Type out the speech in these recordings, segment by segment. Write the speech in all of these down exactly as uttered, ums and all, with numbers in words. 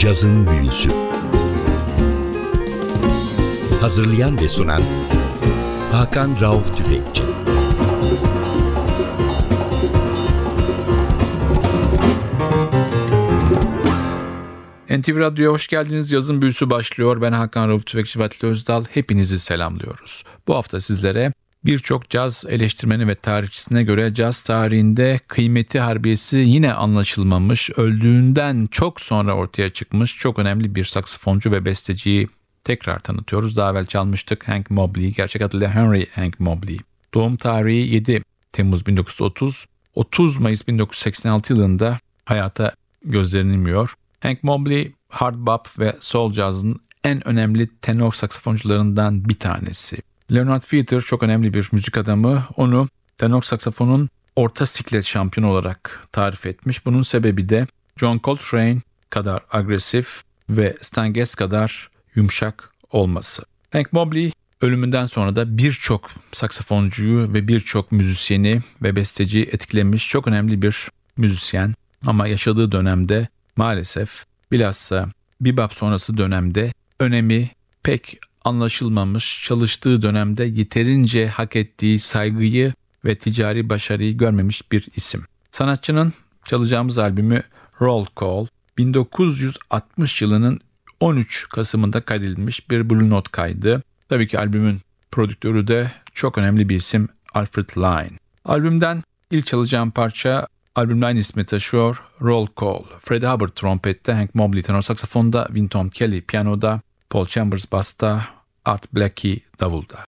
Cazın Büyüsü. Hazırlayan ve sunan Hakan Rauf Tüfekçi. N T V Radyo'ya hoş geldiniz. Yazın Büyüsü başlıyor. Ben Hakan Rauf Tüfekçi ve Atilla Özdal. Hepinizi selamlıyoruz. Bu hafta sizlere birçok caz eleştirmeni ve tarihçisine göre caz tarihinde kıymeti harbiyesi yine anlaşılmamış, öldüğünden çok sonra ortaya çıkmış çok önemli bir saksafoncu ve besteciyi tekrar tanıtıyoruz. Daha evvel çalmıştık Hank Mobley, gerçek adıyla Henry Hank Mobley. Doğum tarihi yedi Temmuz bin dokuz yüz otuz, otuz Mayıs bin dokuz yüz seksen altı yılında hayata gözlerini yumuyor. Hank Mobley, hard bop ve soul cazın en önemli tenor saksafoncularından bir tanesi. Leonard Feather çok önemli bir müzik adamı. Onu tenor saksafonun orta siklet şampiyonu olarak tarif etmiş. Bunun sebebi de John Coltrane kadar agresif ve Stan Getz kadar yumuşak olması. Hank Mobley ölümünden sonra da birçok saksafoncuyu ve birçok müzisyeni ve besteciyi etkilemiş çok önemli bir müzisyen. Ama yaşadığı dönemde maalesef bilhassa bebop sonrası dönemde önemi pek anlaşılmamış, çalıştığı dönemde yeterince hak ettiği saygıyı ve ticari başarıyı görmemiş bir isim. Sanatçının çalacağımız albümü Roll Call, bin dokuz yüz altmış yılının on üç Kasım'ında kaydedilmiş bir Blue Note kaydı. Tabii ki albümün prodüktörü de çok önemli bir isim, Alfred Lion. Albümden ilk çalacağım parça, albümün aynı ismi taşıyor, Roll Call. Freddie Hubbard trompette, Hank Mobley tenor saksafonda, Wynton Kelly piyanoda, Paul Chambers basta, Art Blakey davulda.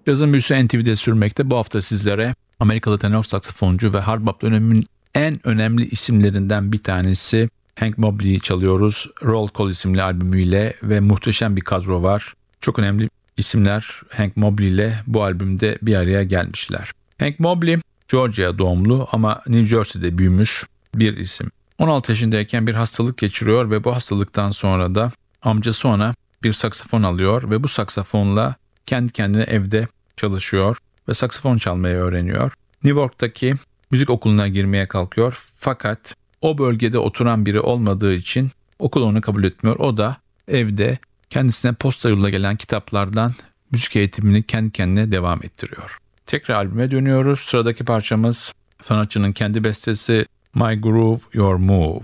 Cazın büyüsü N T V'de sürmekte. Bu hafta sizlere Amerikalı tenor saksafoncu ve hard bop döneminin en önemli isimlerinden bir tanesi Hank Mobley'i çalıyoruz. Roll Call isimli albümüyle ve muhteşem bir kadro var. Çok önemli isimler Hank Mobley ile bu albümde bir araya gelmişler. Hank Mobley, Georgia doğumlu ama New Jersey'de büyümüş bir isim. on altı yaşındayken bir hastalık geçiriyor ve bu hastalıktan sonra da amcası ona bir saksafon alıyor ve bu saksafonla kendi kendine evde çalışıyor ve saksafon çalmayı öğreniyor. New York'taki müzik okuluna girmeye kalkıyor fakat o bölgede oturan biri olmadığı için okul onu kabul etmiyor. O da evde kendisine posta yoluyla gelen kitaplardan müzik eğitimini kendi kendine devam ettiriyor. Tekrar albüme dönüyoruz. Sıradaki parçamız sanatçının kendi bestesi My Groove, Your Move.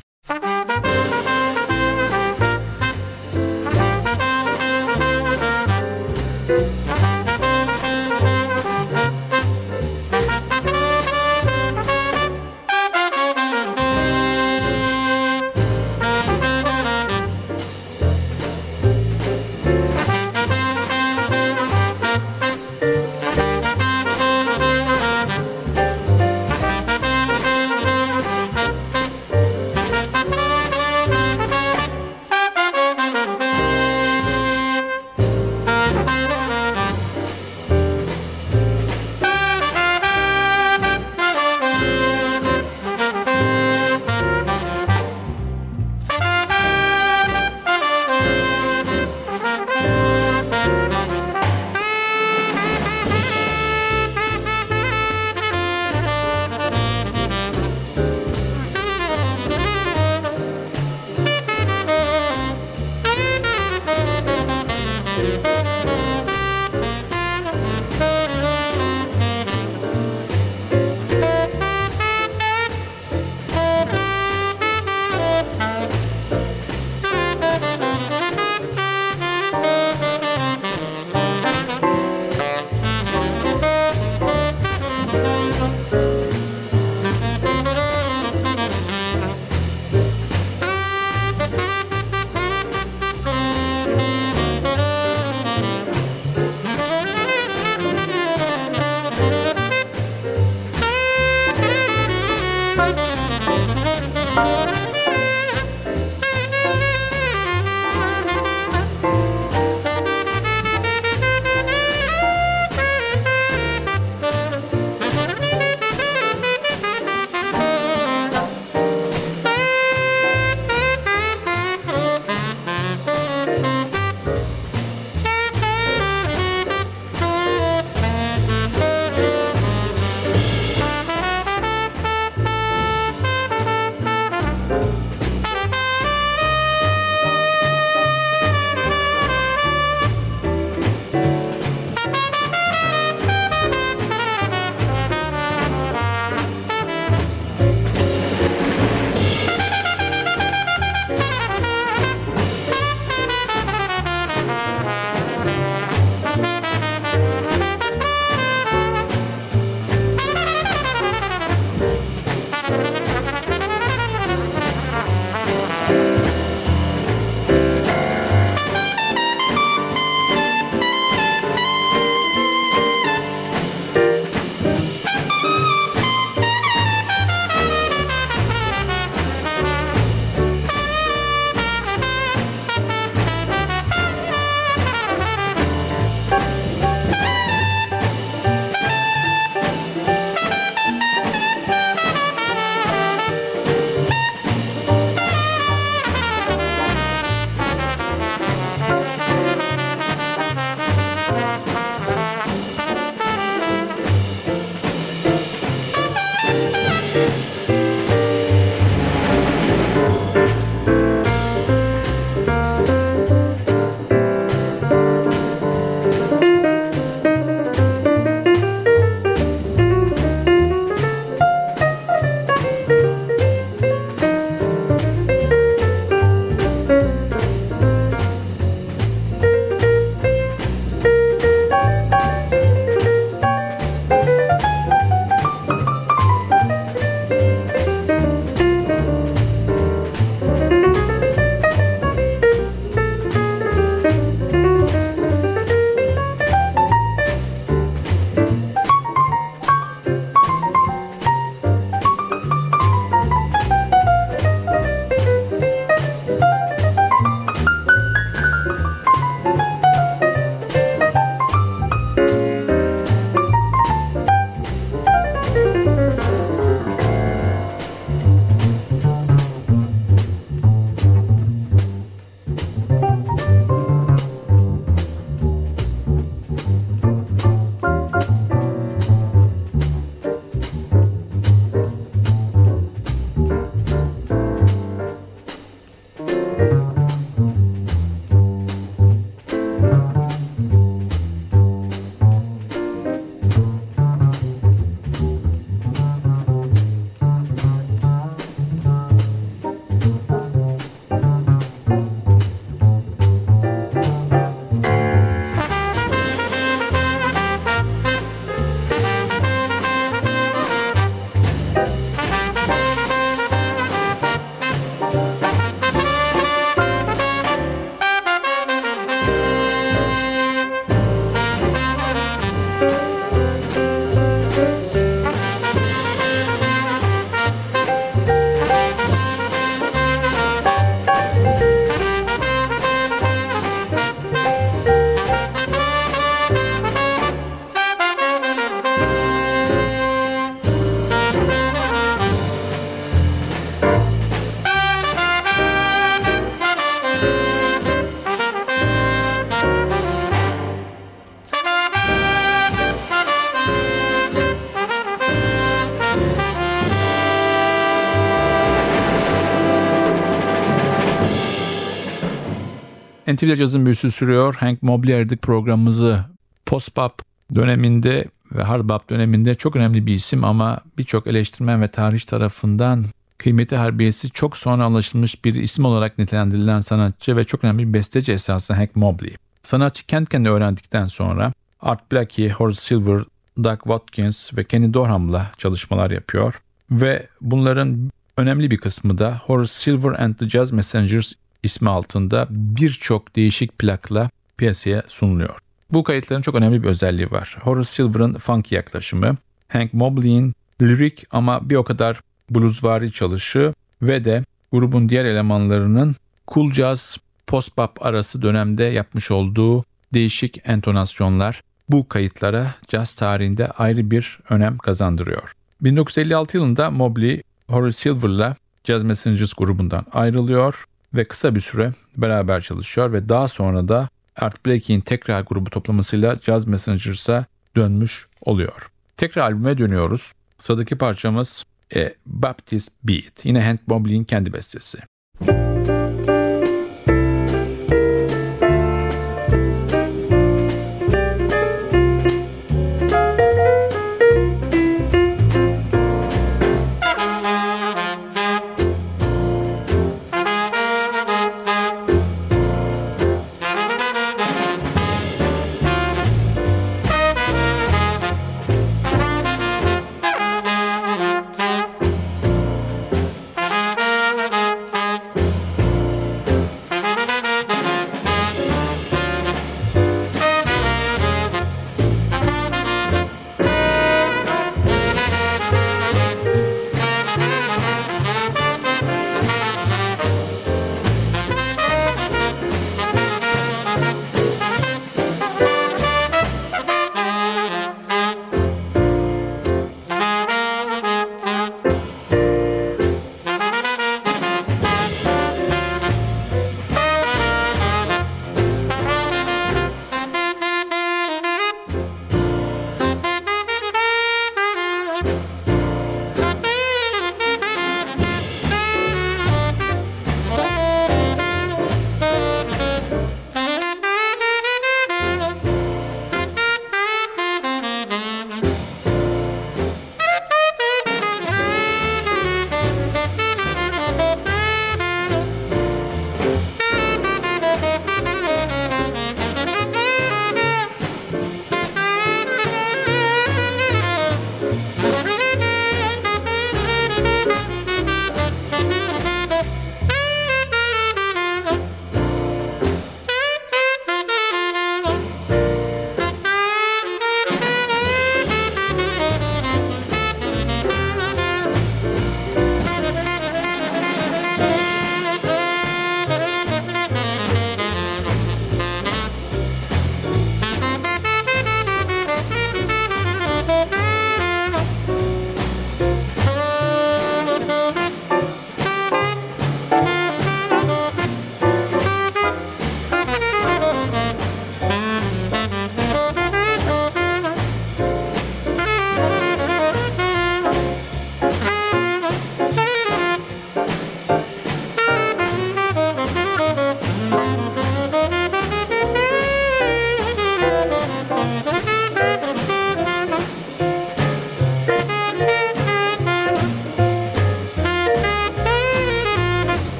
N T V'de cazın büyüsü sürüyor. Hank Mobley aradık programımızı post-bop döneminde ve hard bop döneminde çok önemli bir isim ama birçok eleştirmen ve tarih tarafından kıymeti harbiyesi çok sonra anlaşılmış bir isim olarak nitelendirilen sanatçı ve çok önemli bir besteci esasında Hank Mobley. Sanatçı kendi kendine öğrendikten sonra Art Blakey, Horace Silver, Doug Watkins ve Kenny Dorham'la çalışmalar yapıyor ve bunların önemli bir kısmı da Horace Silver and the Jazz Messengers ismi altında birçok değişik plakla piyasaya sunuluyor. Bu kayıtların çok önemli bir özelliği var. Horace Silver'ın funky yaklaşımı, Hank Mobley'in lirik ama bir o kadar bluesvari çalışı ve de grubun diğer elemanlarının cool jazz, post-bop arası dönemde yapmış olduğu değişik entonasyonlar bu kayıtlara caz tarihinde ayrı bir önem kazandırıyor. bin dokuz yüz elli altı yılında Mobley, Horace Silver'la Jazz Messengers grubundan ayrılıyor ve kısa bir süre beraber çalışıyor ve daha sonra da Art Blakey'in tekrar grubu toplamasıyla Jazz Messengers'a dönmüş oluyor. Tekrar albüme dönüyoruz. Sıradaki parçamız A Baptist Beat. Yine Hank Mobley'in kendi bestesi.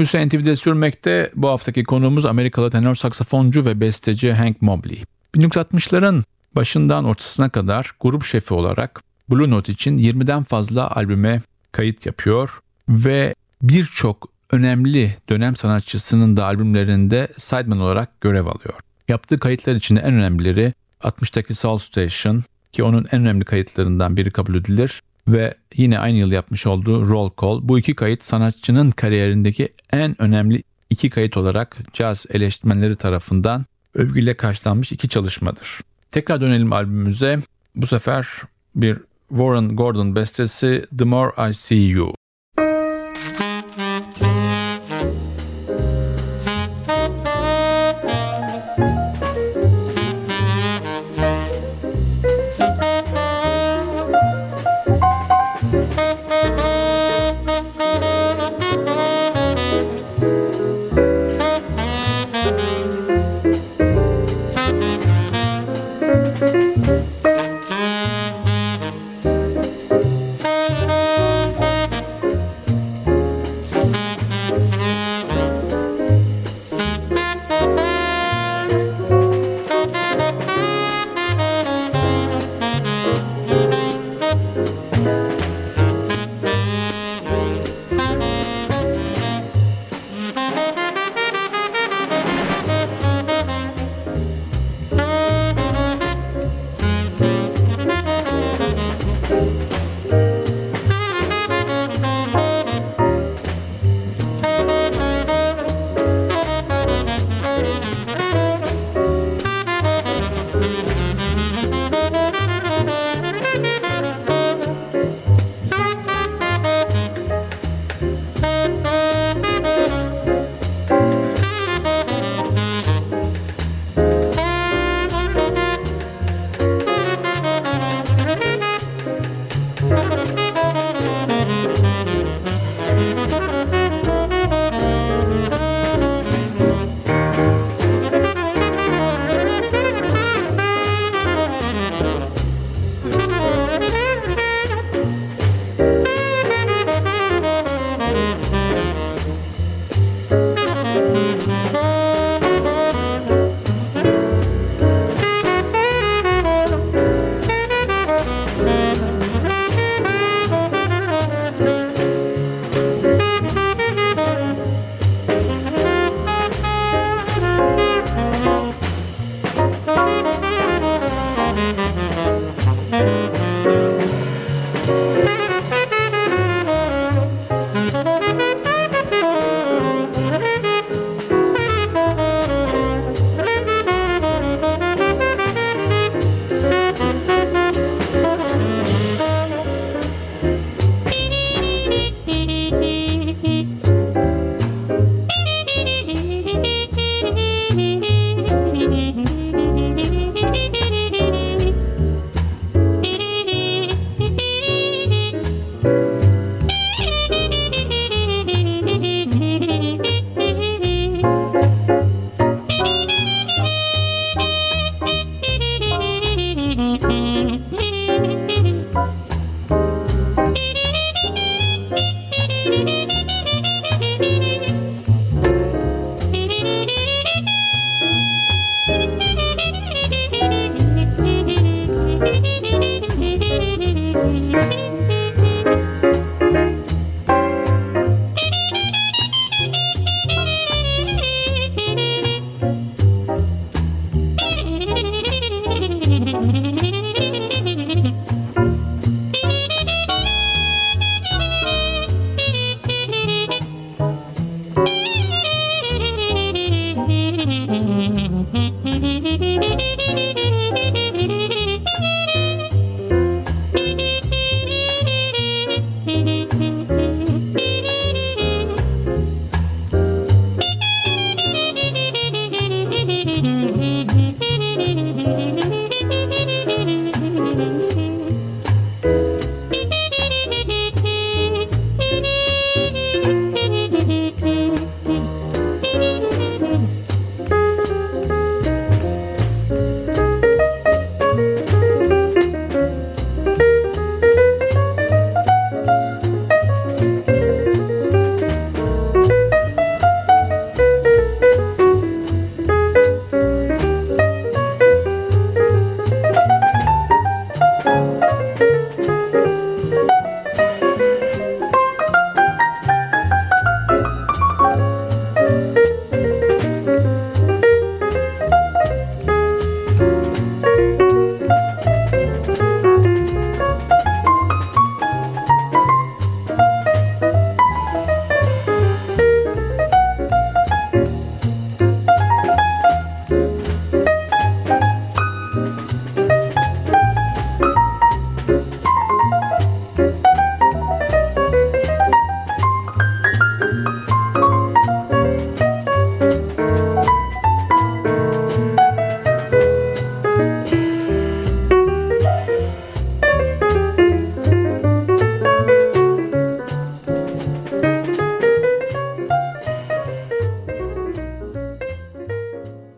büyüsü N T V'de sürmekte. Bu haftaki konuğumuz Amerikalı tenor saksafoncu ve besteci Hank Mobley. bin dokuz yüz altmışların başından ortasına kadar grup şefi olarak Blue Note için yirmiden fazla albüme kayıt yapıyor ve birçok önemli dönem sanatçısının da albümlerinde sideman olarak görev alıyor. Yaptığı kayıtlar içinde en önemlileri altmıştaki Soul Station ki onun en önemli kayıtlarından biri kabul edilir ve yine aynı yıl yapmış olduğu Roll Call. Bu iki kayıt sanatçının kariyerindeki en önemli iki kayıt olarak caz eleştirmenleri tarafından övgüyle karşılanmış iki çalışmadır. Tekrar dönelim albümümüze. Bu sefer bir Warren Gordon bestesi The More I See You.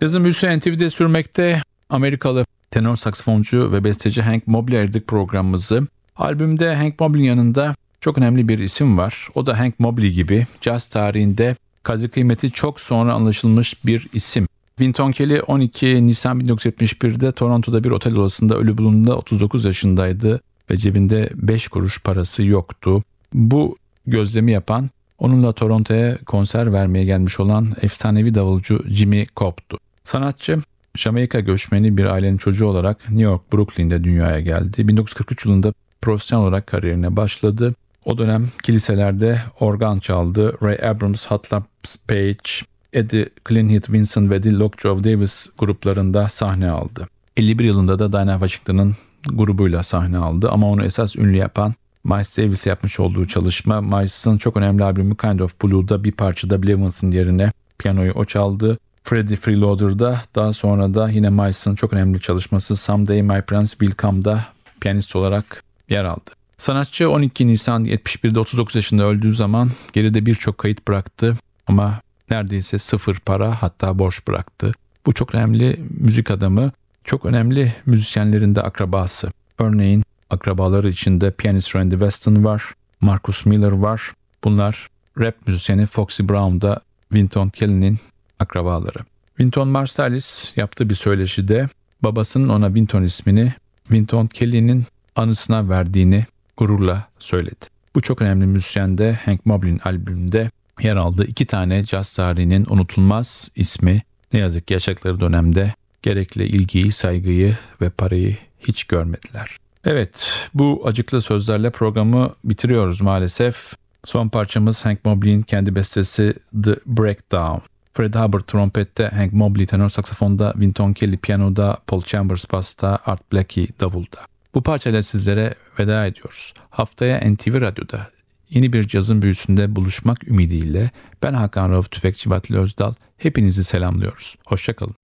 Yazın büyüsü N T V'de sürmekte. Amerikalı tenor saksafoncu ve besteci Hank Mobley ayırdık programımızı. Albümde Hank Mobley'in yanında çok önemli bir isim var. O da Hank Mobley gibi caz tarihinde kadri kıymeti çok sonra anlaşılmış bir isim. Wynton Kelly on iki Nisan bin dokuz yüz yetmiş birde Toronto'da bir otel odasında ölü bulunduğunda otuz dokuz yaşındaydı ve cebinde beş kuruş parası yoktu. Bu gözlemi yapan, onunla Toronto'ya konser vermeye gelmiş olan efsanevi davulcu Jimmy Cobb'tu. Sanatçı, Jamaika göçmeni bir ailenin çocuğu olarak New York, Brooklyn'de dünyaya geldi. bin dokuz yüz kırk üç yılında profesyonel olarak kariyerine başladı. O dönem kiliselerde organ çaldı. Ray Abrams, Hotlaps Page, Eddie Cleanhead Vinson ve Dill Lockjaw Davis gruplarında sahne aldı. elli bir yılında da Dinah Washington'ın grubuyla sahne aldı ama onu esas ünlü yapan Miles Davis'e yapmış olduğu çalışma. Miles'ın çok önemli albümü Kind of Blue'da bir parçada Bill Evans'ın yerine piyanoyu o çaldı. Freddie Freeloader'da, daha sonra da yine Miles'ın çok önemli çalışması Someday My Prince Will Come'da piyanist olarak yer aldı. Sanatçı on iki Nisan yetmiş birde otuz dokuz yaşında öldüğü zaman geride birçok kayıt bıraktı ama neredeyse sıfır para, hatta borç bıraktı. Bu çok önemli müzik adamı, çok önemli müzisyenlerin de akrabası. Örneğin akrabaları içinde piyanist Randy Weston var, Marcus Miller var. Bunlar rap müzisyeni Foxy Brown da Wynton Kelly'nin akrabaları. Wynton Marsalis yaptığı bir söyleşide babasının ona Wynton ismini Wynton Kelly'nin anısına verdiğini gururla söyledi. Bu çok önemli müzisyen de Hank Mobley'in albümünde yer aldığı iki tane caz tarihinin unutulmaz ismi. Ne yazık ki yaşadıkları dönemde gerekli ilgiyi, saygıyı ve parayı hiç görmediler. Evet, bu acıklı sözlerle programı bitiriyoruz maalesef. Son parçamız Hank Mobley'in kendi bestesi The Breakdown. Fred Hubbard trompette, Hank Mobley tenor saksafonda, Wynton Kelly piyanoda, Paul Chambers basta, Art Blakey davulda. Bu parçayla sizlere veda ediyoruz. Haftaya N T V Radyo'da yeni bir cazın büyüsünde buluşmak ümidiyle ben Hakan Rauf Tüfekçi Vatili Özdal. Hepinizi selamlıyoruz. Hoşçakalın.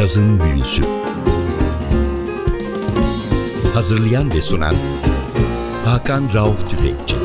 Cazın Büyüsü. Hazırlayan ve sunan Hakan Rauf Tüfekçi.